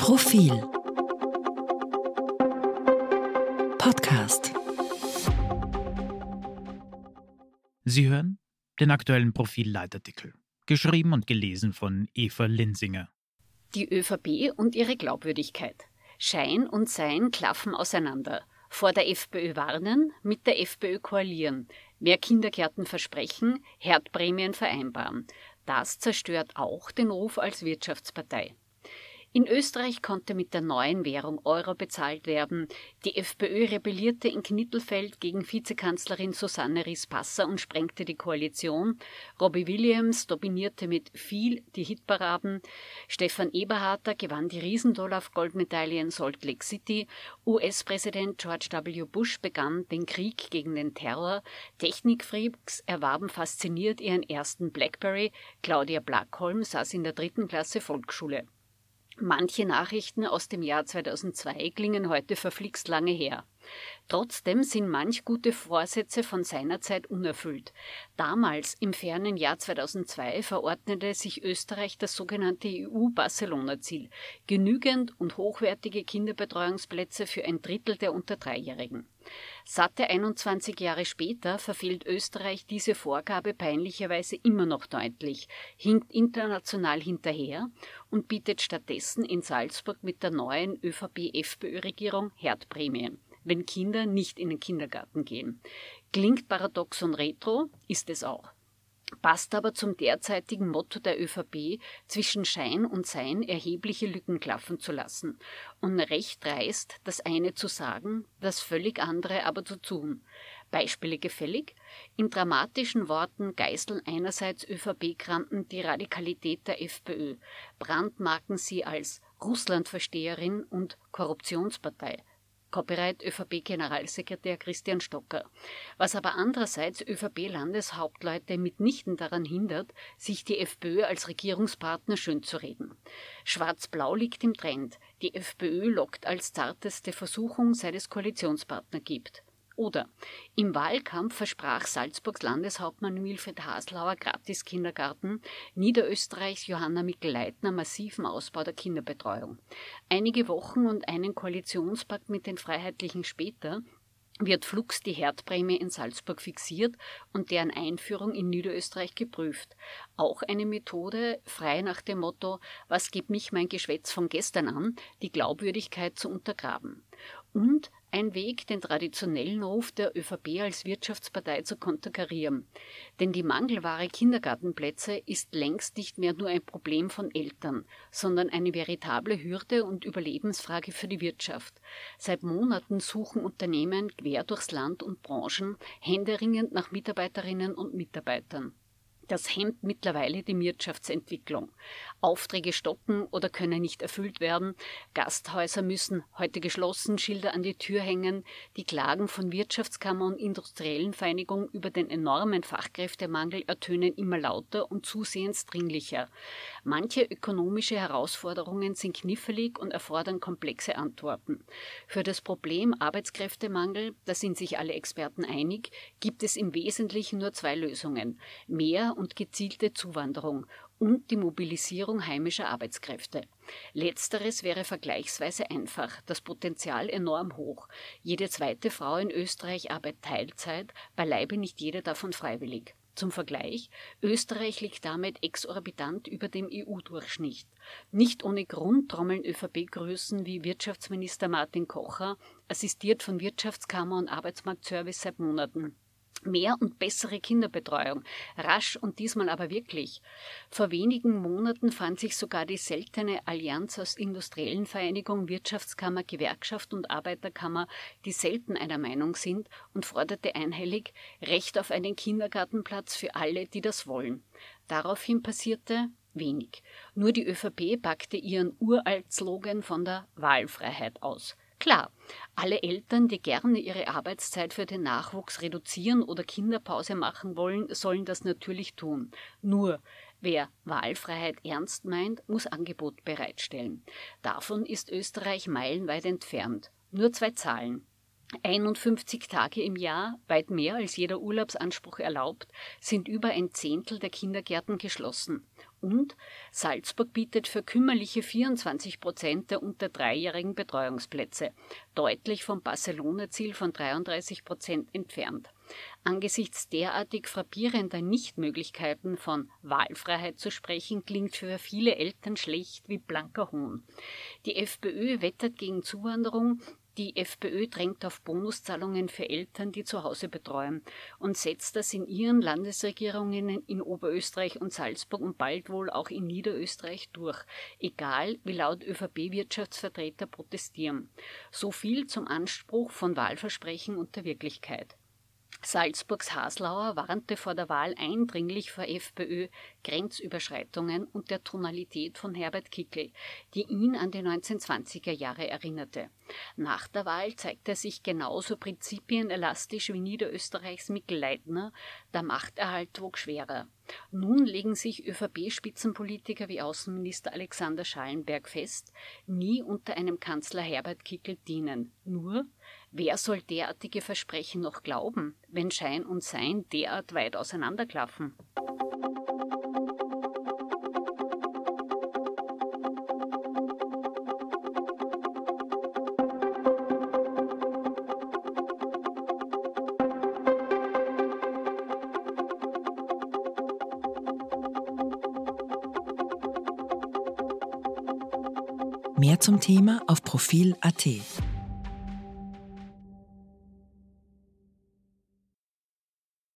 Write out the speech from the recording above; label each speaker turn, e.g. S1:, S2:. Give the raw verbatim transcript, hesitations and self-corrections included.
S1: Profil Podcast.
S2: Sie hören den aktuellen Profil-Leitartikel, geschrieben und gelesen von Eva Linsinger.
S3: Die ÖVP und ihre Glaubwürdigkeit. Schein und Sein klaffen auseinander. Vor der FPÖ warnen, mit der FPÖ koalieren. Mehr Kindergärten versprechen, Herdprämien vereinbaren. Das zerstört auch den Ruf als Wirtschaftspartei. In Österreich konnte mit der neuen Währung Euro bezahlt werden. Die FPÖ rebellierte in Knittelfeld gegen Vizekanzlerin Susanne Ries-Passer und sprengte die Koalition. Robbie Williams dominierte mit viel die Hitparaden. Stefan Eberharter gewann die Riesendollar-Goldmedaille in Salt Lake City. U S-Präsident George W. Bush begann den Krieg gegen den Terror. Technikfreaks erwarben fasziniert ihren ersten Blackberry. Claudia Blackholm saß in der dritten Klasse Volksschule. Manche Nachrichten aus dem Jahr zweitausendzwei klingen heute verflixt lange her. Trotzdem sind manch gute Vorsätze von seiner Zeit unerfüllt. Damals, im fernen Jahr zweitausendzwei, verordnete sich Österreich das sogenannte E U-Barcelona-Ziel: genügend und hochwertige Kinderbetreuungsplätze für ein Drittel der unter Dreijährigen. Satte einundzwanzig Jahre später verfehlt Österreich diese Vorgabe peinlicherweise immer noch deutlich, hinkt international hinterher und bietet stattdessen in Salzburg mit der neuen ÖVP-FPÖ-Regierung Herdprämien, wenn Kinder nicht in den Kindergarten gehen. Klingt paradox und retro, ist es auch. Passt aber zum derzeitigen Motto der ÖVP, zwischen Schein und Sein erhebliche Lücken klaffen zu lassen. Und recht dreist, das eine zu sagen, das völlig andere aber zu tun. Beispiele gefällig? In dramatischen Worten geißeln einerseits ÖVP-Kranten die Radikalität der FPÖ, brandmarken sie als Russlandversteherin und Korruptionspartei. Copyright ÖVP-Generalsekretär Christian Stocker. Was aber andererseits ÖVP-Landeshauptleute mitnichten daran hindert, sich die FPÖ als Regierungspartner schönzureden. Schwarz-Blau liegt im Trend. Die FPÖ lockt als zarteste Versuchung, seit es Koalitionspartner gibt. Oder im Wahlkampf versprach Salzburgs Landeshauptmann Wilfried Haslauer Gratis-Kindergarten, Niederösterreichs Johanna Mikl-Leitner massiven Ausbau der Kinderbetreuung. Einige Wochen und einen Koalitionspakt mit den Freiheitlichen später wird flugs die Herdprämie in Salzburg fixiert und deren Einführung in Niederösterreich geprüft. Auch eine Methode, frei nach dem Motto, was geht mich mein Geschwätz von gestern an, die Glaubwürdigkeit zu untergraben. Und ein Weg, den traditionellen Ruf der ÖVP als Wirtschaftspartei zu konterkarieren. Denn die Mangelware Kindergartenplätze ist längst nicht mehr nur ein Problem von Eltern, sondern eine veritable Hürde und Überlebensfrage für die Wirtschaft. Seit Monaten suchen Unternehmen quer durchs Land und Branchen händeringend nach Mitarbeiterinnen und Mitarbeitern. Das hemmt mittlerweile die Wirtschaftsentwicklung. Aufträge stocken oder können nicht erfüllt werden. Gasthäuser müssen heute geschlossen Schilder an die Tür hängen. Die Klagen von Wirtschaftskammer und industriellen Vereinigung über den enormen Fachkräftemangel ertönen immer lauter und zusehends dringlicher. Manche ökonomische Herausforderungen sind knifflig und erfordern komplexe Antworten. Für das Problem Arbeitskräftemangel, da sind sich alle Experten einig, gibt es im Wesentlichen nur zwei Lösungen: Mehr und gezielte Zuwanderung und die Mobilisierung heimischer Arbeitskräfte. Letzteres wäre vergleichsweise einfach, das Potenzial enorm hoch. Jede zweite Frau in Österreich arbeitet Teilzeit, beileibe nicht jede davon freiwillig. Zum Vergleich, Österreich liegt damit exorbitant über dem E U-Durchschnitt. Nicht ohne Grund trommeln ÖVP-Größen wie Wirtschaftsminister Martin Kocher, assistiert von Wirtschaftskammer und Arbeitsmarktservice seit Monaten. Mehr und bessere Kinderbetreuung, rasch und diesmal aber wirklich. Vor wenigen Monaten fand sich sogar die seltene Allianz aus Industriellen Vereinigung, Wirtschaftskammer, Gewerkschaft und Arbeiterkammer, die selten einer Meinung sind, und forderte einhellig Recht auf einen Kindergartenplatz für alle, die das wollen. Daraufhin passierte wenig. Nur die ÖVP packte ihren Uralt-Slogan von der Wahlfreiheit aus. Klar, alle Eltern, die gerne ihre Arbeitszeit für den Nachwuchs reduzieren oder Kinderpause machen wollen, sollen das natürlich tun. Nur, wer Wahlfreiheit ernst meint, muss Angebot bereitstellen. Davon ist Österreich meilenweit entfernt. Nur zwei Zahlen. einundfünfzig Tage im Jahr, weit mehr als jeder Urlaubsanspruch erlaubt, sind über ein Zehntel der Kindergärten geschlossen. Und Salzburg bietet für kümmerliche vierundzwanzig Prozent der unter Dreijährigen Betreuungsplätze, deutlich vom Barcelona-Ziel von dreiunddreißig Prozent entfernt. Angesichts derartig frappierender Nichtmöglichkeiten von Wahlfreiheit zu sprechen, klingt für viele Eltern schlecht wie blanker Hohn. Die FPÖ wettert gegen Zuwanderung. Die FPÖ drängt auf Bonuszahlungen für Eltern, die zu Hause betreuen, und setzt das in ihren Landesregierungen in Oberösterreich und Salzburg und bald wohl auch in Niederösterreich durch, egal wie laut ÖVP-Wirtschaftsvertreter protestieren. So viel zum Anspruch von Wahlversprechen und der Wirklichkeit. Salzburgs Haslauer warnte vor der Wahl eindringlich vor FPÖ-Grenzüberschreitungen und der Tonalität von Herbert Kickl, die ihn an die neunzehnhundertzwanziger Jahre erinnerte. Nach der Wahl zeigte er sich genauso prinzipienelastisch wie Niederösterreichs Mikl Leitner, der Machterhalt wog schwerer. Nun legen sich ÖVP-Spitzenpolitiker wie Außenminister Alexander Schallenberg fest, nie unter einem Kanzler Herbert Kickl dienen. Nur, wer soll derartige Versprechen noch glauben, wenn Schein und Sein derart weit auseinanderklaffen?
S1: Mehr zum Thema auf Profil punkt at.